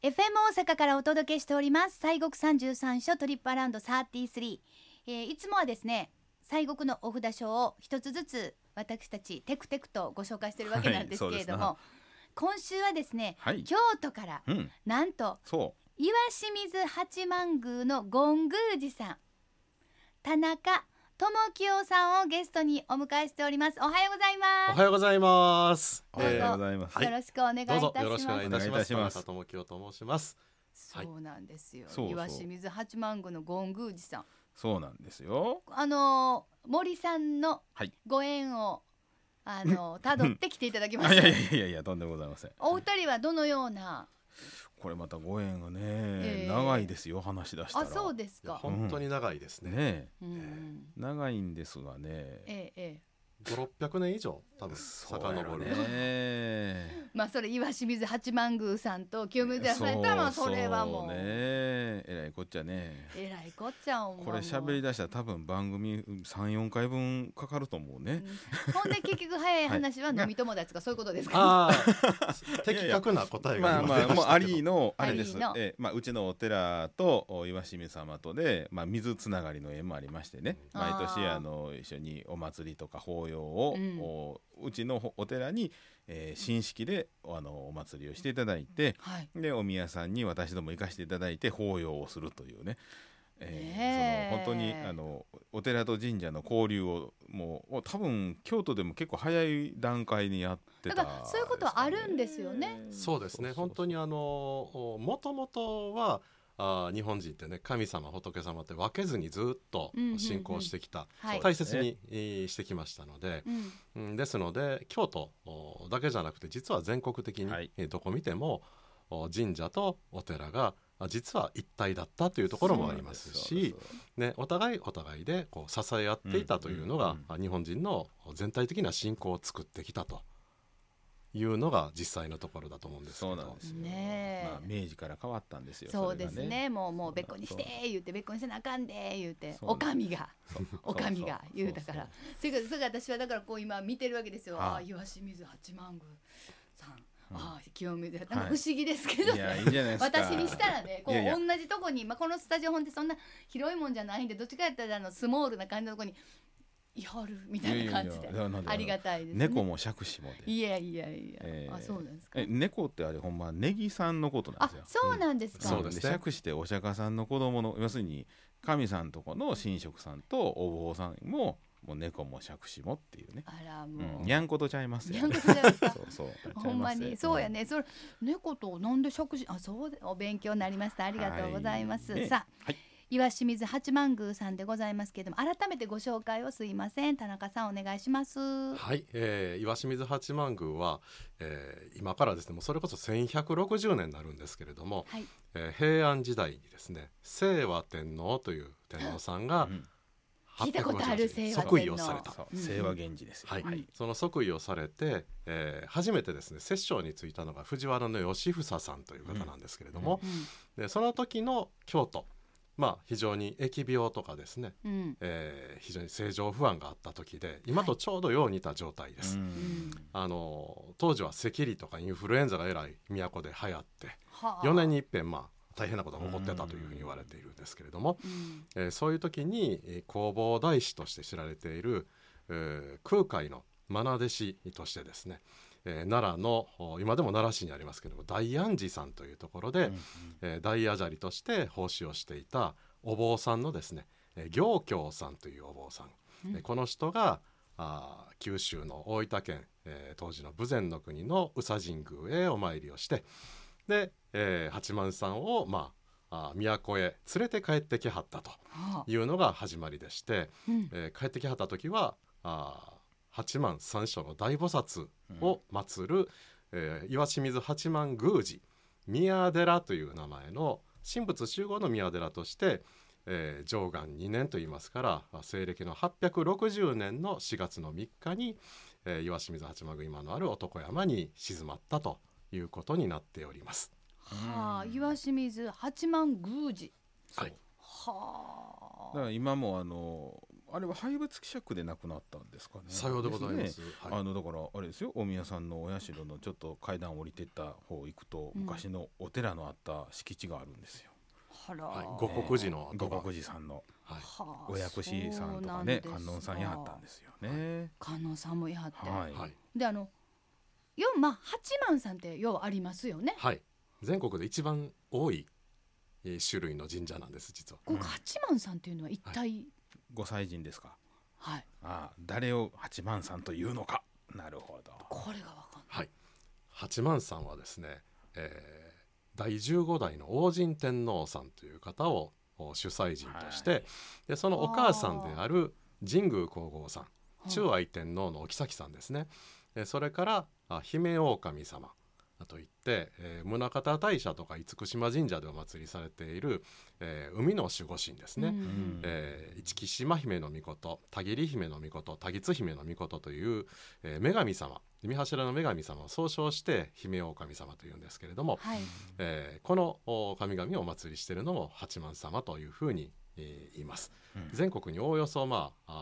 FM 大阪からお届けしております西国33所トリップアラウンド33、いつもはですね西国のお札書を一つずつ私たちテクテクとご紹介しているわけなんですけれども、今週はですね、京都から、なんと岩清水八幡宮の権宮寺さん田中智清さんをゲストにお迎えしております。おはようございます。 おはようございます。 どうぞ、よろしくお願いいたします。 どうぞよろしくお願いいたします。田中智清と申します。 そうなんですよ、岩清水八幡宮の権宮寺さん、 そうなんですよ。 森さんのご縁を、たどってきていただきました。 いやとんでもございません。 お二人はどのような、 これまたご縁がね、長いですよ、話し出したら。 あ、そうですか。 本当に長いですね。 長いんですがね、 5、600年以上多分遡るね。 まあそれ岩清水八幡宮さんと清水寺さんやったら、それはもうえらいこっちゃね。 えらいこっちゃん。 これ喋り出したら多分番組3、4回分かかると思うね。 ほんで結局早い話は飲み友達がそういうことですか。 的確な答えがまあもうありのあれです。うちのお寺と岩清水様とで、水つながりの縁もありましてね、毎年一緒にお祭りとか法要を、うちのお寺に神式でお祭りをしていただいて、でお宮さんに私ども行かせていただいて法要をするというね、本当にお寺と神社の交流をもう多分京都でも結構早い段階にやってた、 だからそういうことはあるんですよね。 そうですね。本当にもともとは日本人ってね、神様仏様って分けずにずっと信仰してきた、大切にしてきましたので、ですので京都だけじゃなくて実は全国的にどこ見ても神社とお寺が実は一体だったというところもありますし、ね、お互いでこう支え合っていたというのが、日本人の全体的な信仰を作ってきたというのが実際のところだと思うんですけど。 そうなんですよ、明治から変わったんですよ。 そうですね。もうべっこにして言って、べっこにせなあかんで言うて、お上が言うたから、それが私はだからこう今見てるわけですよ。岩清水八幡宮さん、清水、なんか不思議ですけど、私にしたらね、こう同じとこに、このスタジオ本ってそんな広いもんじゃないんで、どっちかやったらスモールな感じのとこにいはるみたいな感じでありがたいですね。 猫も杓子もで。 いや、そうなんですか。 猫ってあれほんまネギさんのことなんですよ。 そうなんですか。 そうですね。 杓子ってお釈迦さんの子供の、要するに神さんとこの神職さんとお坊さんももう猫も杓子もっていうね。 あらもう、 にゃんことちゃいますよ。 そうほんまにそうやね。それ猫となんで杓子、そうでお勉強になりました。ありがとうございます。さあ、岩清水八幡宮さんでございますけれども、改めてご紹介をすいません。田中さんお願いします。 はい、岩清水八幡宮は、今からですね、もうそれこそ1160年になるんですけれども、平安時代にですね、清和天皇という天皇さんが聞いたことある即位をされた。 清和源氏ですよ。 その即位をされて、初めてですね摂政に就いたのが藤原義房さんという方なんですけれども、でその時の京都、非常に疫病とかですね、非常に政情不安があった時で、今とちょうどよう似た状態です。当時は赤痢とかインフルエンザがえらい都で流行って、4年に一遍大変なことが起こってたというふうに言われているんですけれども、そういう時に弘法大師として知られている、空海の愛弟子としてですね、奈良の今でも奈良市にありますけれども大安寺さんというところで、大阿砂利として奉仕をしていたお坊さんのですね、行教さんというお坊さん、この人が九州の大分県、当時の豊前の国の宇佐神宮へお参りをして、で、八幡さんを都へ連れて帰ってきはったというのが始まりでして、帰ってきはった時は八幡三所の大菩薩を祀る、岩清水八幡宮寺宮寺という名前の神仏集合の宮寺として、貞観2年といいますから西暦の860年の4月の3日に、岩清水八幡宮今のある男山に静まったということになっております。 岩清水八幡宮寺。 だから今もあれは廃仏希釈で亡くなったんですかね。 さようでございます。 ね、 はい、 だからあれですよ、大宮さんのお社のちょっと階段を降りていった方行くと、昔のお寺のあった敷地があるんですよ。 はい、五国寺の五国寺さんの、 はい、 お薬師さんとかね、観音さんやったんですよね。 観音さんもやって、 はい、 で八幡さんってようありますよね。 はい、全国で一番多い種類の神社なんです実は。 ここ八幡さんっていうのは一体、はい、 ご祭神ですか。 はい。 誰を八幡さんというのか。なるほど。 これがわかんない。 はい。八幡さんはですね、第15代の王神天皇さんという方を主催神として、はい、でそのお母さんである神宮皇后さん、中愛天皇のお妃さんですね。それから姫狼様といって、宗像大社とか厳島神社でお祭りされている、海の守護神ですね。市来島姫の御事、田切姫の御事、田津姫の御事という、女神様、御柱の女神様を総称して姫狼様というんですけれども、はい、この神々をお祭りしているのも八幡様というふうに、言います。全国におおよそ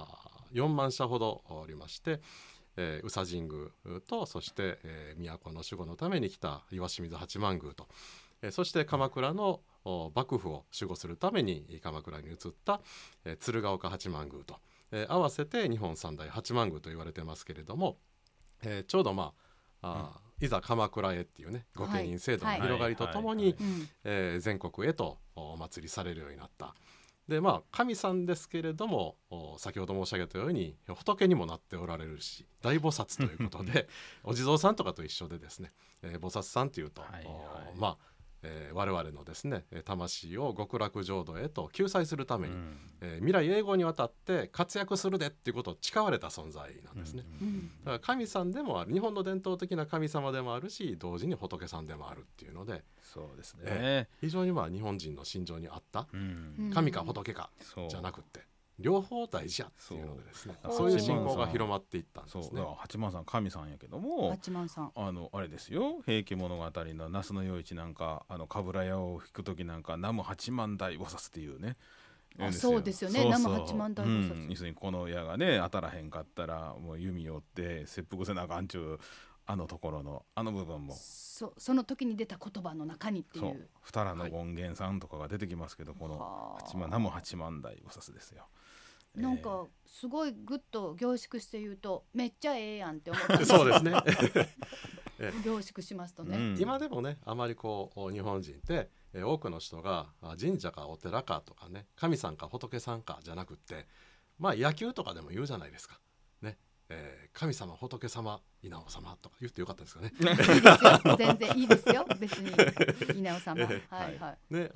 4万社ほどおりまして、宇佐神宮とそして、都の守護のために来た石清水八幡宮と、そして鎌倉の幕府を守護するために鎌倉に移った、鶴岡八幡宮と、合わせて日本三大八幡宮と言われてますけれども、ちょうどいざ鎌倉へっていうね御家人制度の広がりとともに全国へとお祭りされるようになった。で神さんですけれども先ほど申し上げたように仏にもなっておられるし大菩薩ということでお地蔵さんとかと一緒でですね、菩薩さんというと、我々のですね魂を極楽浄土へと救済するために、未来永劫にわたって活躍するでっていうことを誓われた存在なんですね。だから神さんでもある、日本の伝統的な神様でもあるし同時に仏さんでもあるっていうので、 そうですね、 非常に日本人の心情に合った神か仏かじゃなくて両方大事やっていうのでですね、そういう信仰が広まっていったんですね。 そう八幡さん神さんやけども、 八幡さんあれですよ、平家物語の那須の与一なんか冠屋を引く時なんか南無八幡大菩薩っていうね、 そうですよね、南無八幡大菩薩、 要するにこの矢がね当たらへんかったらもう弓を折って切腹せなあかんちゅうところの部分もその時に出た言葉の中にっていう、 二良の権現さんとかが出てきますけど、この南無八幡大菩薩ですよ。 なんかすごいぐっと凝縮して言うとめっちゃええやんって思ったそうですね凝縮しますとね、 今でもねあまり日本人って多くの人が神社かお寺かとかね神さんか仏さんかじゃなくって野球とかでも言うじゃないですかね、神様仏様稲尾様とか言ってよかったですかね。 いいですよ、全然いいですよ別に稲尾様はいはい。 で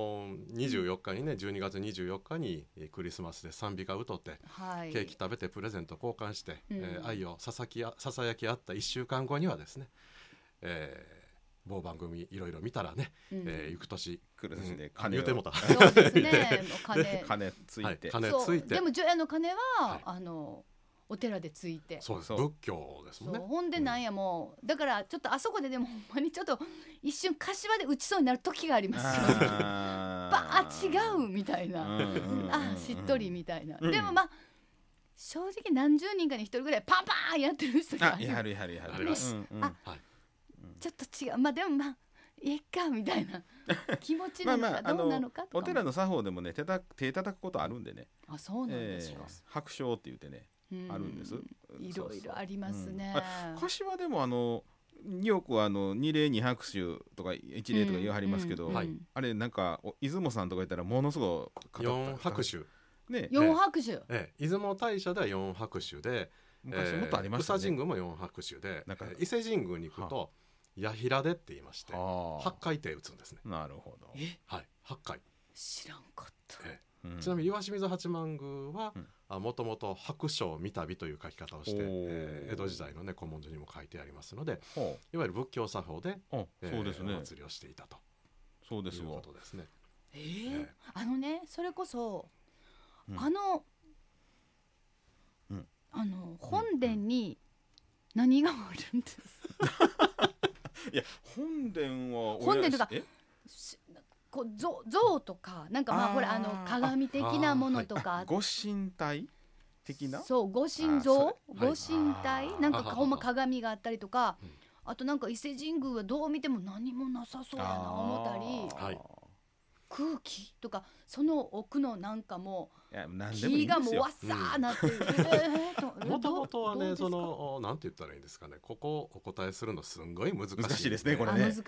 24日にね12月24日にクリスマスで賛美歌歌って、ケーキ食べてプレゼント交換して、愛をささやき合った1週間後にはですね、某番組いろいろ見たらね、行く年来る年で言うてもたそうですね金ついて、 でも除夜の鐘は、お寺でついて、 そうです、仏教ですもんね。 ほんでなんやもうだからちょっとあそこででもほんまにちょっと一瞬柏で打ちそうになる時がありますよ違うみたいなしっとりみたいな、でも正直何十人かに一人ぐらいパンパンやってる人がやるちょっと違うでもいいかみたいな気持ちなのかどうなのかとかお寺の作法でもね手叩くことあるんでね。 そうなんですか。 白鳥って言ってねあるんです。 いろいろありますね。 柏でもよく二礼二拍手とか一礼とか言わはりますけど、あれなんか出雲さんとか言ったらものすごい 4拍手ね、4拍手、 出雲大社では4拍手で、 昔もっとありましたね。 宇佐神宮も4拍手で、伊勢神宮に行くと矢平でって言いまして8回手打つんですね。 なるほど。 はい、8回。 知らんかった。 ちなみに岩清水八幡宮はもともと白鳥三度という書き方をして、江戸時代のね古文書にも書いてありますので、いわゆる仏教作法でお祭りをしていたということですね。 それこそ本殿に何があるんですいや本殿は本殿とか像とかなんかほら鏡的なものとかご神体的な、 そうご神像、 はいご神体、なんかほんまあ鏡があったりとか、 うんあとなんか伊勢神宮はどう見ても何もなさそうやな思ったり、 はい空気とかその奥のなんかもいや何でもいい木がんですよ。 もうわっさーなってる、 もともとはね、そどうですかのなんて言ったらいいんですかね、ここお答えするのすんごい難しい、 難しいですねこれねあ難しい、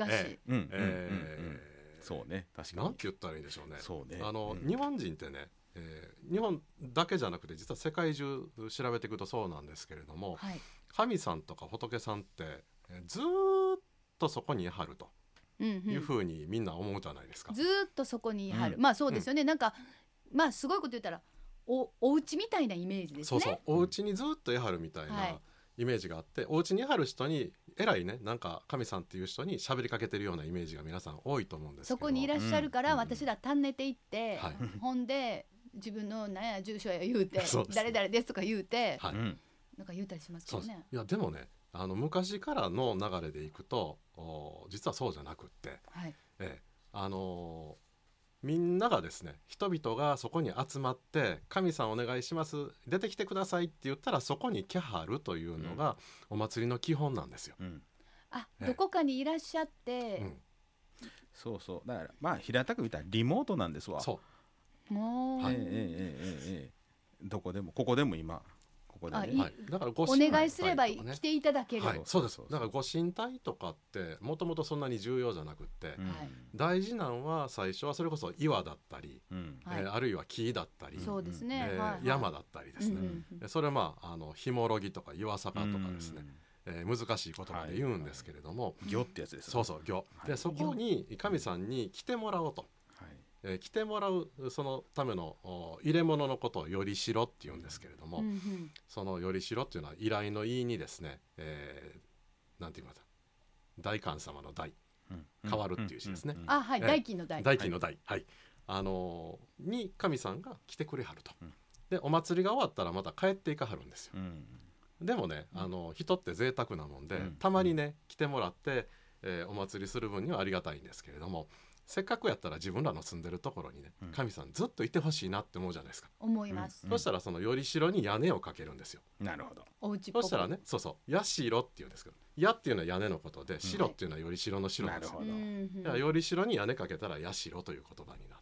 そうね、確かに。 なんて言ったらいいんでしょうね。 そうね。 日本人ってね、日本だけじゃなくて実は世界中調べていくとそうなんですけれども、 はい神さんとか仏さんって、ずっとそこにいはるというふうにみんな思うじゃないですか。 ずーっとそこにいはる、 うんまあそうですよね、なんかまあすごいこと言ったらお家みたいなイメージですね。 そうそう、お家にずっといはるみたいはないイメージがあって、お家にいはる人に偉いね、なんか神さんっていう人に喋りかけてるようなイメージが皆さん多いと思うんですけど、 そこにいらっしゃるからうん私ら訪ねていって、 はいほんで自分の何や住所や言うてそうです誰々ですとか言うて、 はいなんか言うたりしますけそうです。 どね。 いやでもね、昔からの流れでいくと実はそうじゃなくって、 はいええみんながですね、人々がそこに集まって神さんお願いします出てきてくださいって言ったらそこに来はるというのがお祭りの基本なんですよ。 あ、 ええどこかにいらっしゃって、 そうそう、だからまあ平たく言ったらリモートなんですわ。 そうもう、 はいどこでもここでも今ここでね。 あいいはい、だからごお願いすれば神体とかね来ていただける、 はい、そうです。だからご神体とかってもともとそんなに重要じゃなくって、 うんはい大事なんは最初はそれこそ岩だったり、 はいあるいは木だったり、 そうですね、 えーはいはい山だったりですね、 うんうんうんそれはまあひもろぎとか岩坂とかですね、難しい言葉で言うんですけれども、 魚ってやつですね。 そうそう魚、 はいでそこに神さんに来てもらおうと、来てもらうそのための入れ物のことをよりしろっていうんですけれども、 うんうんそのよりしろっていうのは依頼の意にですね、なんていうかな、大官様の大、変わるっていう字ですね、 あ、はい、代金の代、 大金の大、はい、に神さんが来てくれはると、 うんでお祭りが終わったらまた帰っていかはるんですよ。でもね、 う人って贅沢なもんで、たまにね来てもらって、お祭りする分にはありがたいんですけれども、せっかくやったら自分らの住んでるところにね、神さんずっといてほしいなって思うじゃないですか。 思います、 そしたらそのよりしろに屋根をかけるんですよ。 なるほど。 お家っぽくそしたらね、そうそう、やしろっていうんですけど、やっていうのは屋根のことで、しろっていうのはよりしろのしろなんですよ。 なるほどうんだからよりしろに屋根かけたらやしろという言葉になって、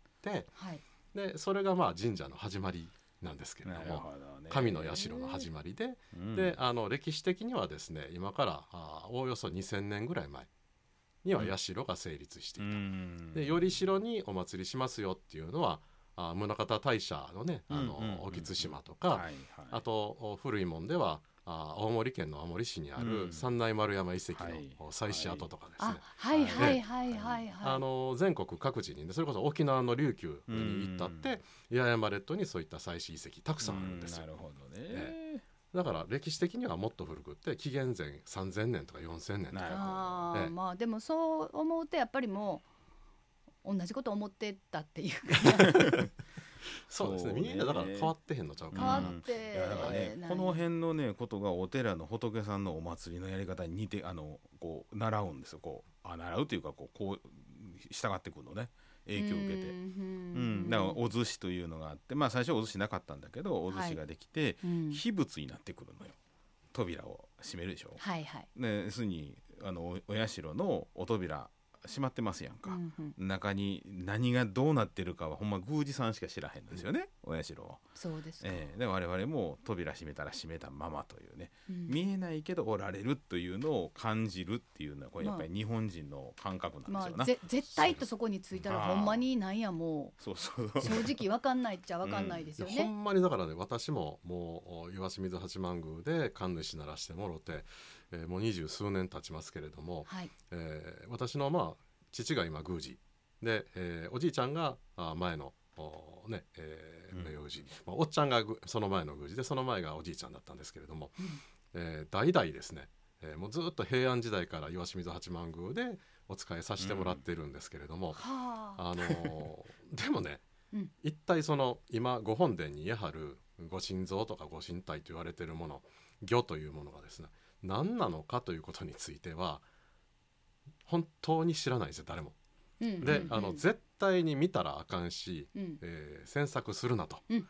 はい、 でそれがまあ神社の始まりなんですけれども、 なるほどね。 神の社の始まりで、で歴史的にはですね、今からおおよそ2000年ぐらい前には社が成立していた。でよりしろにお祭りしますよっていうのは宗像大社のね、興津島とか、あと古いもんでは青森県の青森市にある三内丸山遺跡の祭祀跡とかですね、 はいはいはいはいはい、 全国各地に、ね、それこそ沖縄の琉球に行ったって八重山列島にそういった祭祀遺跡たくさんあるんですよ。 なるほどね。 だから歴史的にはもっと古くって紀元前3000年とか4000年とか。 あ、まあでもそう思うとやっぱりもう同じこと思ってたっていうかそうですね、みんなだから変わってへんのちゃうかな。 変わっていやだからね、この辺のねことがお寺の仏さんのお祭りのやり方に似てこう習うんですよ。習うというかこう従ってくるのね、影響を受けて。だからお寿司というのがあって、まあ最初お寿司なかったんだけどお寿司ができて、秘仏になってくるのよ。扉を閉めるでしょ。 はいはい。 要するにお社のお扉閉まってますやんか、中に何がどうなってるかはほんま宮司さんしか知らへんんですよね、お社は。 そうですか。 で我々も扉閉めたら閉めたままというね、見えないけどおられるというのを感じるっていうのはこれやっぱり日本人の感覚なんですよな。 絶対とそこに着いたらほんまになんやもう正直分かんないっちゃ分かんないですよね。 ほんまにだからね、私ももう岩清水八幡宮で神主ならしてもろて、もう20数年経ちますけれども、私の父が今宮司で、おじいちゃんが前の名字、おっちゃんがその前の宮司で、その前がおじいちゃんだったんですけれども、代々ですね、もうずっと平安時代から岩清水八幡宮でお仕えさせてもらってるんですけれども、でもね、一体その今ご本殿にやはるご神像とかご神体と言われているもの、魚というものがですね何なのかということについては本当に知らないですよ、誰も。で絶対に見たらあかんし、詮索するなと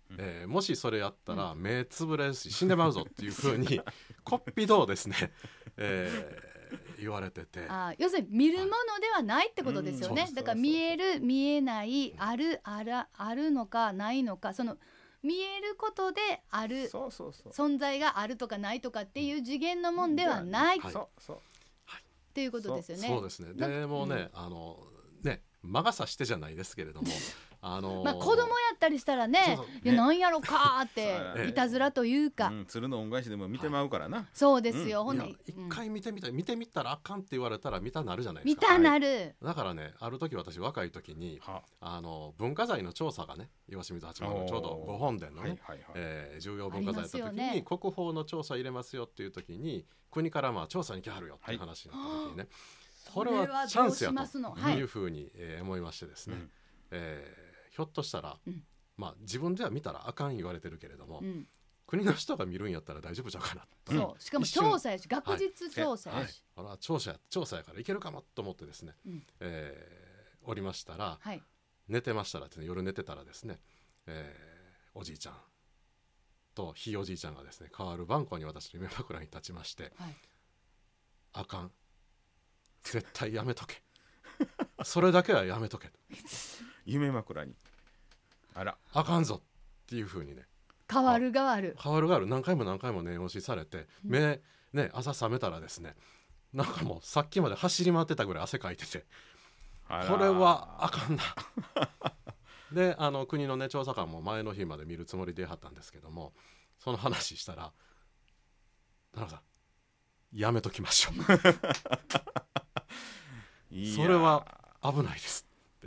もしそれやったら目つぶれるし死んでまうぞっていうふうにこっぴどをですね、言われてて、 要するに見るものではないってことですよね。だから見える見えない、あるのかないのか、その見えることである存在があるとかないとかっていう次元のもんではないっていうことですよね。 そうですね。でもね、魔が差してじゃないですけれども子供やったりしたらね、いやなんやろかっていたずらというか、 鶴の恩返しでも見てまうからな。 そうですよ。 一回見てみたらあかんって言われたら見たなるじゃないですか。 見たなる。 だからね、ある時私若い時に文化財の調査がね、石清水八幡のちょうど御本殿のね重要文化財だった時に国宝の調査入れますよっていう時に国から調査に来はるよっていう話になった時にね、これはチャンスやというふうに思いましてですね、ひょっとしたら、自分では見たらあかん言われてるけれども、国の人が見るんやったら大丈夫ちゃうかなと、 そうしかも調査やし、学術調査やし、 調査やからいけるかもと思ってですね、おりましたら、寝てましたらですね、夜寝てたらですね、おじいちゃんとひいおじいちゃんがですね、代わる番号に私の夢枕に立ちまして、あかん、絶対やめとけそれだけはやめとけ夢枕にあかんぞっていう風にね、 変わる何回も念押しされて、目ね、朝覚めたらですね、なんかもうさっきまで走り回ってたぐらい汗かいてて、これはあかんなで国のね調査官も前の日まで見るつもりではったんですけども、その話したら田中さんやめときましょうそれは危ないですって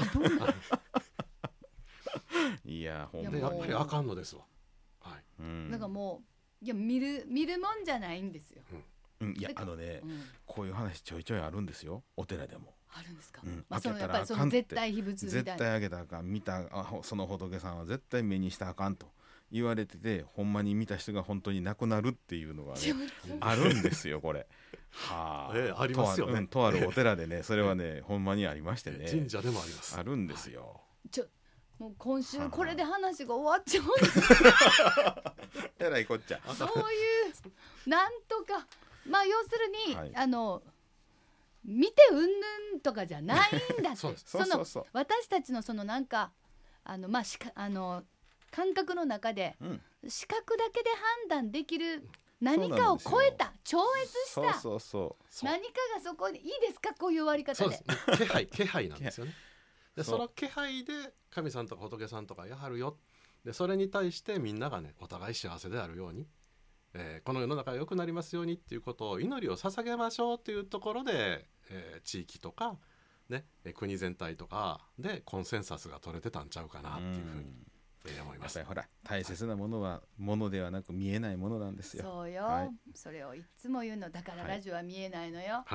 いやほんでやっぱりあかんのですわ。 なんかもう見るもんじゃないんですよ。 いやこういう話ちょいちょいあるんですよ、お寺でも。 あるんですか。やっぱりその絶対秘仏みたいな、 絶対あげたらあかん、見たその仏さんは絶対目にしたらあかんと言われてて、ほんまに見た人が本当に亡くなるっていうのがねあるんですよこれ。 ありますよね。 とあるお寺でね、それはねほんまにありましてね、 神社でもあります。 あるんですよ。 もう今週これで話が終わっちゃうんえらいこっちゃ。 そういうなんとか要するに、見てうんぬんとかじゃないんだってその私たちのそのなんか感覚の中で、視覚だけで判断できる何かを超えた超越した何かがそこにいいですか、こういう終わり方で。 気配なんですよね。でその気配で神さんとか仏さんとかやはるよ。でそれに対してみんながねお互い幸せであるように、この世の中が良くなりますようにっていうことを祈りを捧げましょうっていうところで、地域とか、ね、国全体とかでコンセンサスが取れてたんちゃうかなっていうふうに思います。 ほら大切なものはものではなく見えないものなんですよ。 そうよ、それをいつも言うのだからラジオは見えないのよ。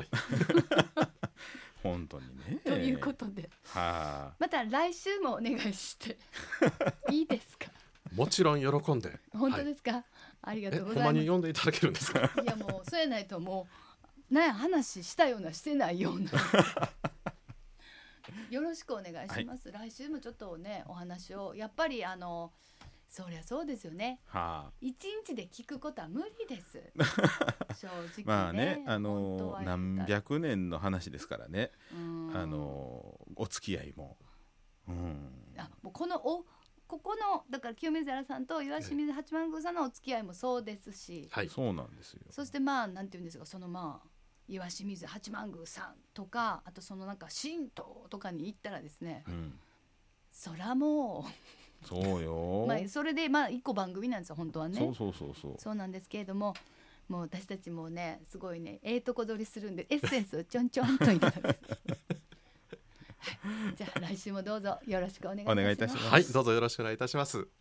本当にね。 ということで、また来週もお願いしていいですか。 もちろん喜んで。 本当ですか。ありがとうございます。 ほんまに呼んでいただけるんですか。 いやもうそうやないともう話したようなしてないようなよろしくお願いします。来週もちょっとねお話をやっぱりそりゃそうですよね。一日で聞くことは無理です。正直ね。 何百年の話ですからね。お付き合いも。 もうここのだから清水寺さんと岩清水八幡宮さんのお付き合いもそうですし、 そうなんですよ。 そしてなんていうんですか、その岩清水八幡宮さんとか、あとそのなんか神道とかに行ったらですね、そらもうそうよそれで一個番組なんですよ本当はね。そうなんですけれども、もう私たちもねすごいねとこ取りするんでエッセンスをちょんちょんといただくじゃあ来週もどうぞよろしくお願いいたします。 どうぞよろしくお願いいたします。